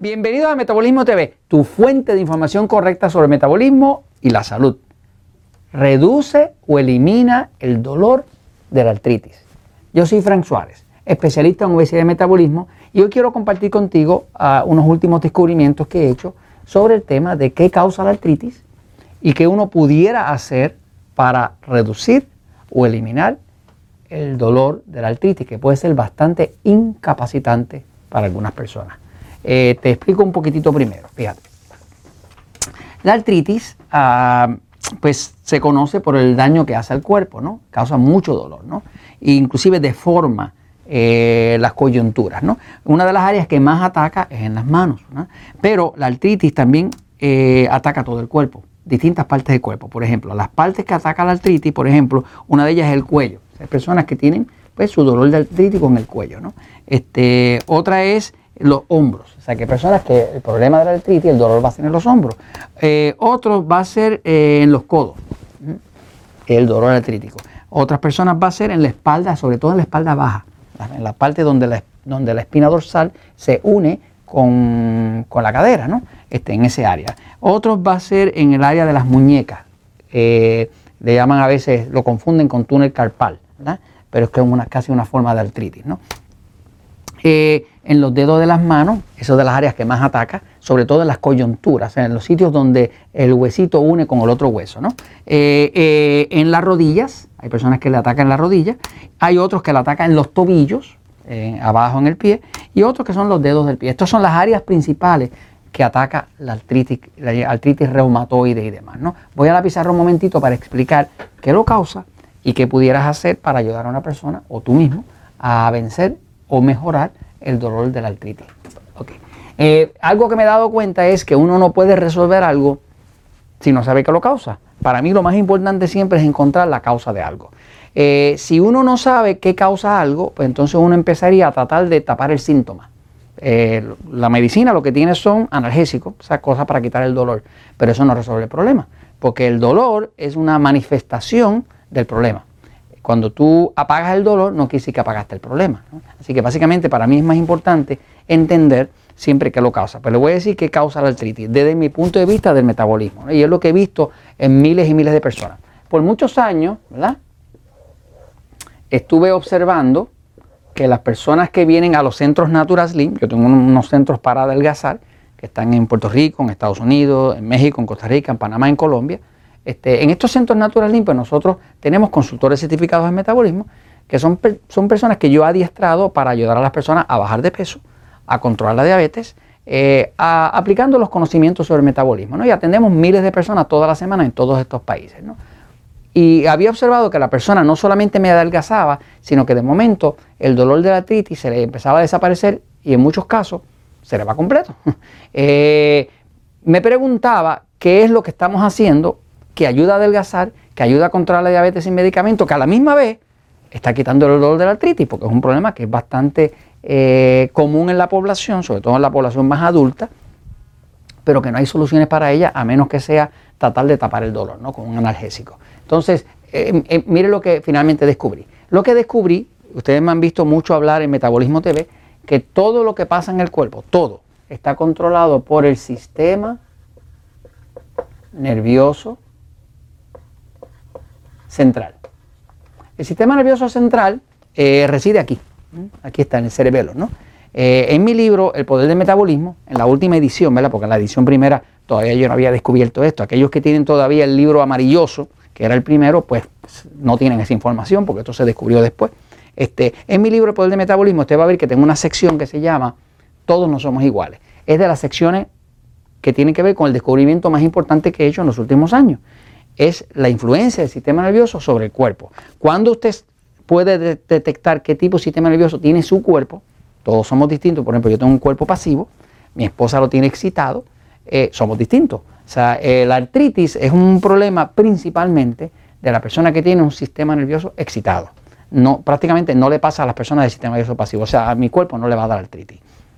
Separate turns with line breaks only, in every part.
Bienvenidos a Metabolismo TV, tu fuente de información correcta sobre el metabolismo y la salud. Reduce o elimina el dolor de la artritis. Yo soy Frank Suárez, especialista en obesidad y metabolismo, y hoy quiero compartir contigo unos últimos descubrimientos que he hecho sobre el tema de qué causa la artritis y qué uno pudiera hacer para reducir o eliminar el dolor de la artritis, que puede ser bastante incapacitante para algunas personas. Te explico un poquitito primero, fíjate. La artritis pues se conoce por el daño que hace al cuerpo, ¿no? Causa mucho dolor, ¿no? E inclusive deforma las coyunturas, ¿no? Una de las áreas que más ataca es en las manos, ¿no? Pero la artritis también ataca todo el cuerpo, distintas partes del cuerpo. Por ejemplo, las partes que ataca la artritis, por ejemplo, una de ellas es el cuello. Hay personas que tienen pues su dolor de artritis con el cuello, ¿no? Otra es los hombros, o sea que personas que el problema de la artritis, el dolor va a ser en los hombros. Otros va a ser en los codos, el dolor artrítico. Otras personas va a ser en la espalda, sobre todo en la espalda baja, en la parte donde la espina dorsal se une con la cadera, ¿no? En ese área. Otros va a ser en el área de las muñecas, le llaman a veces, lo confunden con túnel carpal, ¿verdad? Pero es que es casi una forma de artritis, ¿no? En los dedos de las manos, eso es de las áreas que más ataca, sobre todo en las coyunturas, o sea, en los sitios donde el huesito une con el otro hueso, ¿no? En las rodillas, hay personas que le atacan en las rodillas, hay otros que le atacan en los tobillos, abajo en el pie, y otros que son los dedos del pie. Estas son las áreas principales que ataca la artritis reumatoide y demás, ¿no? Voy a la pizarra un momentito para explicar qué lo causa y qué pudieras hacer para ayudar a una persona o tú mismo a vencer o mejorar el dolor de la artritis. Okay. Algo que me he dado cuenta es que uno no puede resolver algo si no sabe qué lo causa. Para mí lo más importante siempre es encontrar la causa de algo. Si uno no sabe qué causa algo, pues entonces uno empezaría a tratar de tapar el síntoma. La medicina lo que tiene son analgésicos, o sea, cosas para quitar el dolor, pero eso no resuelve el problema, porque el dolor es una manifestación del problema. Cuando tú apagas el dolor, no quiere decir que apagaste el problema, ¿no? Así que básicamente para mí es más importante entender siempre qué lo causa. Pero le voy a decir qué causa la artritis desde mi punto de vista del metabolismo, ¿no? Y es lo que he visto en miles y miles de personas. Por muchos años, ¿verdad? Estuve observando que las personas que vienen a los centros Natural Slim, yo tengo unos centros para adelgazar, que están en Puerto Rico, en Estados Unidos, en México, en Costa Rica, en Panamá, en Colombia. En estos centros Natural Slim, pues nosotros tenemos consultores certificados en metabolismo, que son personas que yo he adiestrado para ayudar a las personas a bajar de peso, a controlar la diabetes, aplicando los conocimientos sobre el metabolismo, ¿no? Y atendemos miles de personas toda la semana en todos estos países, ¿no? Y había observado que la persona no solamente me adelgazaba, sino que de momento el dolor de la artritis se le empezaba a desaparecer y en muchos casos se le va completo. Me preguntaba qué es lo que estamos haciendo que ayuda a adelgazar, que ayuda a controlar la diabetes sin medicamento, que a la misma vez está quitando el dolor de la artritis, porque es un problema que es bastante común en la población, sobre todo en la población más adulta, pero que no hay soluciones para ella a menos que sea tratar de tapar el dolor, ¿no? Con un analgésico. Entonces, mire lo que finalmente descubrí. Lo que descubrí, ustedes me han visto mucho hablar en Metabolismo TV, que todo lo que pasa en el cuerpo, todo, está controlado por el sistema nervioso central. El sistema nervioso central reside aquí. Aquí está en el cerebelo, ¿no? En mi libro, El Poder del Metabolismo, en la última edición, ¿verdad? Porque en la edición primera todavía yo no había descubierto esto. Aquellos que tienen todavía el libro amarilloso, que era el primero, pues no tienen esa información porque esto se descubrió después. En mi libro, El Poder del Metabolismo, usted va a ver que tengo una sección que se llama Todos no somos iguales. Es de las secciones que tienen que ver con el descubrimiento más importante que he hecho en los últimos años. Es la influencia del sistema nervioso sobre el cuerpo. Cuando usted puede detectar qué tipo de sistema nervioso tiene su cuerpo, todos somos distintos. Por ejemplo, yo tengo un cuerpo pasivo, mi esposa lo tiene excitado, somos distintos. O sea, la artritis es un problema principalmente de la persona que tiene un sistema nervioso excitado. No, prácticamente no le pasa a las personas del sistema nervioso pasivo. O sea, a mi cuerpo no le va a dar artritis.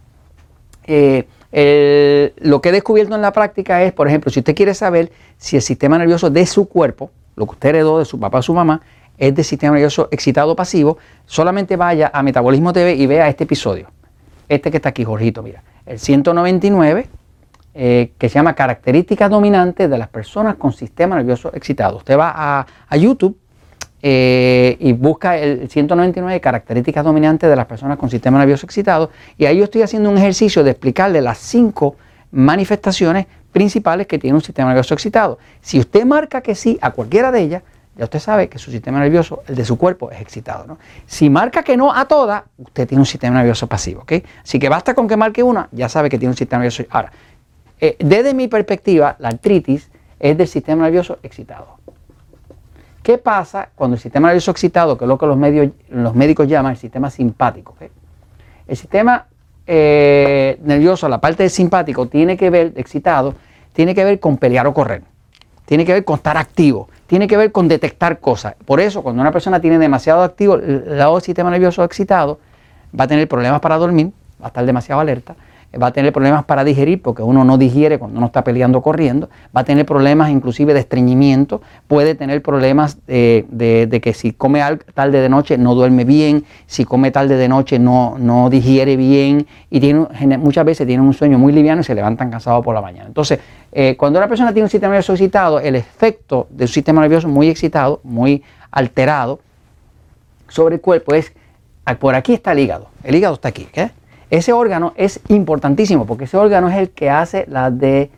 Lo que he descubierto en la práctica es, por ejemplo, si usted quiere saber si el sistema nervioso de su cuerpo, lo que usted heredó de su papá o su mamá, es de sistema nervioso excitado o pasivo, solamente vaya a Metabolismo TV y vea este episodio. Este que está aquí, Jorgito, mira. el 199, que se llama Características Dominantes de las Personas con Sistema Nervioso Excitado. Usted va a YouTube y busca el 199 Características Dominantes de las Personas con Sistema Nervioso Excitado, y ahí yo estoy haciendo un ejercicio de explicarle las 5 manifestaciones principales que tiene un sistema nervioso excitado. Si usted marca que sí a cualquiera de ellas, ya usted sabe que su sistema nervioso, el de su cuerpo, es excitado, ¿no? Si marca que no a todas, usted tiene un sistema nervioso pasivo, ¿ok? Así que basta con que marque una, ya sabe que tiene un sistema nervioso. Ahora, desde mi perspectiva, la artritis es del sistema nervioso excitado. ¿Qué pasa cuando el sistema nervioso excitado, que es lo que los médicos llaman el sistema simpático, ¿ok? El sistema nervioso, la parte del simpático, tiene que ver, excitado, tiene que ver con pelear o correr, tiene que ver con estar activo, tiene que ver con detectar cosas. Por eso, cuando una persona tiene demasiado activo el lado del sistema nervioso excitado, va a tener problemas para dormir, va a estar demasiado alerta, va a tener problemas para digerir, porque uno no digiere cuando uno está peleando o corriendo, va a tener problemas inclusive de estreñimiento, puede tener problemas de que si come tarde de noche no duerme bien, si come tarde de noche no digiere bien, y muchas veces tienen un sueño muy liviano y se levantan cansados por la mañana. Entonces, cuando una persona tiene un sistema nervioso excitado, el efecto de su sistema nervioso muy excitado, muy alterado sobre el cuerpo es, por aquí está el hígado está aquí, ¿ok? Ese órgano es importantísimo porque ese órgano es el que hace la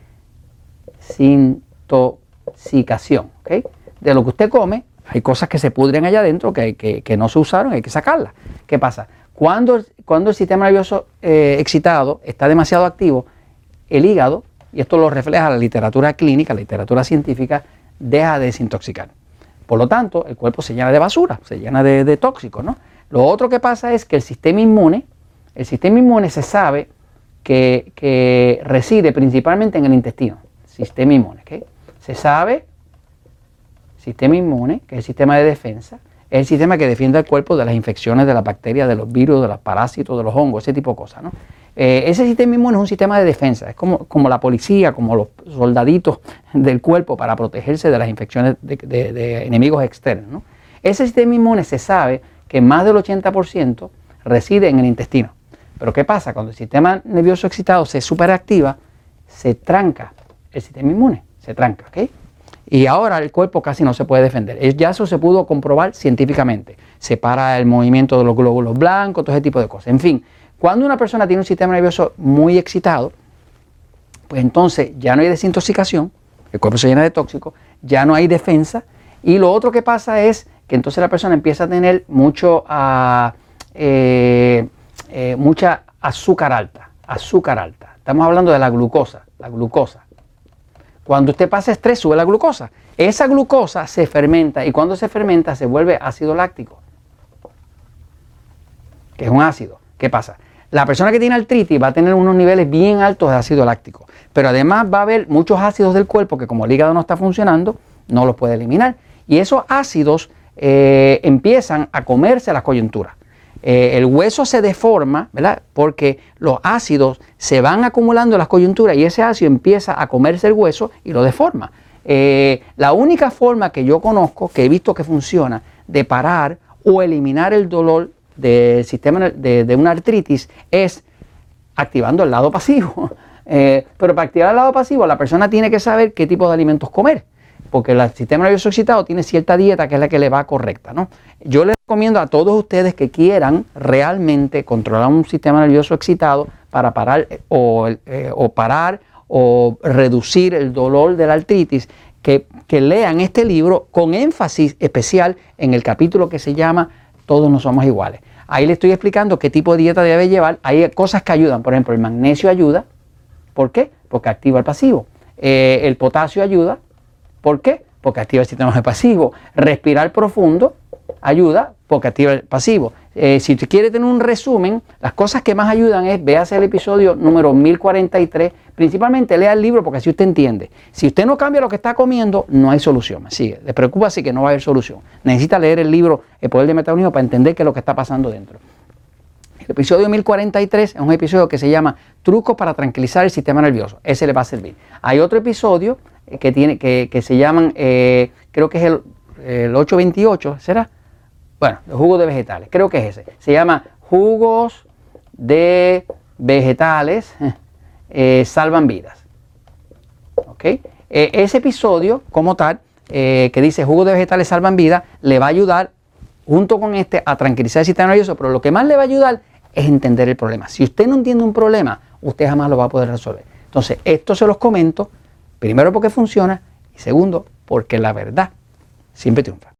desintoxicación, ¿ok? De lo que usted come, hay cosas que se pudren allá adentro que no se usaron, hay que sacarlas. ¿Qué pasa? Cuando el sistema nervioso excitado está demasiado activo, el hígado, y esto lo refleja la literatura clínica, la literatura científica, deja de desintoxicar. Por lo tanto, el cuerpo se llena de basura, se llena de tóxicos, ¿no? Lo otro que pasa es que el sistema inmune se sabe que reside principalmente en el intestino, sistema inmune, ¿okay? Se sabe, sistema inmune, que es el sistema de defensa, es el sistema que defiende al cuerpo de las infecciones, de las bacterias, de los virus, de los parásitos, de los hongos, ese tipo de cosas, ¿no? Ese sistema inmune es un sistema de defensa, es como la policía, como los soldaditos del cuerpo para protegerse de las infecciones de enemigos externos, ¿no? Ese sistema inmune se sabe que más del 80% reside en el intestino. Pero ¿qué pasa? Cuando el sistema nervioso excitado se superactiva, se tranca el sistema inmune, se tranca, ¿ok? Y ahora el cuerpo casi no se puede defender. Ya eso se pudo comprobar científicamente. Se para el movimiento de los glóbulos blancos, todo ese tipo de cosas. En fin, cuando una persona tiene un sistema nervioso muy excitado, pues entonces ya no hay desintoxicación, el cuerpo se llena de tóxicos, ya no hay defensa, y lo otro que pasa es que entonces la persona empieza a tener mucha azúcar alta. Estamos hablando de la glucosa. Cuando usted pasa estrés, sube la glucosa. Esa glucosa se fermenta, y cuando se fermenta se vuelve ácido láctico, que es un ácido. ¿Qué pasa? La persona que tiene artritis va a tener unos niveles bien altos de ácido láctico, pero además va a haber muchos ácidos del cuerpo que, como el hígado no está funcionando, no los puede eliminar. Y esos ácidos empiezan a comerse las coyunturas. El hueso se deforma, ¿verdad? Porque los ácidos se van acumulando en las coyunturas y ese ácido empieza a comerse el hueso y lo deforma. La única forma que yo conozco, que he visto que funciona, de parar o eliminar el dolor del sistema de una artritis es activando el lado pasivo. Pero para activar el lado pasivo, la persona tiene que saber qué tipo de alimentos comer, porque el sistema nervioso excitado tiene cierta dieta que es la que le va correcta, ¿no? Yo les recomiendo a todos ustedes que quieran realmente controlar un sistema nervioso excitado para parar o reducir el dolor de la artritis, que lean este libro con énfasis especial en el capítulo que se llama Todos no somos iguales. Ahí le estoy explicando qué tipo de dieta debe llevar. Hay cosas que ayudan, por ejemplo, el magnesio ayuda. ¿Por qué? Porque activa el pasivo. El potasio ayuda. ¿Por qué? Porque activa el sistema pasivo. Respirar profundo ayuda porque activa el pasivo. Si usted quiere tener un resumen, las cosas que más ayudan es, véase el episodio número 1043, principalmente lea el libro porque así usted entiende. Si usted no cambia lo que está comiendo, no hay solución. Sigue, le preocupa así que no va a haber solución. Necesita leer el libro El Poder del Metabolismo para entender qué es lo que está pasando dentro. El episodio 1043 es un episodio que se llama Trucos para tranquilizar el sistema nervioso. Ese le va a servir. Hay otro episodio que se llaman, creo que es el 828, ¿será? Bueno, los jugos de vegetales, creo que es ese. Se llama Jugos de vegetales salvan vidas. ¿Okay? Ese episodio como tal, que dice jugo de vegetales salvan vidas, le va a ayudar junto con este a tranquilizar el sistema nervioso, pero lo que más le va a ayudar es entender el problema. Si usted no entiende un problema, usted jamás lo va a poder resolver. Entonces, esto se los comento, primero porque funciona y segundo porque la verdad siempre triunfa.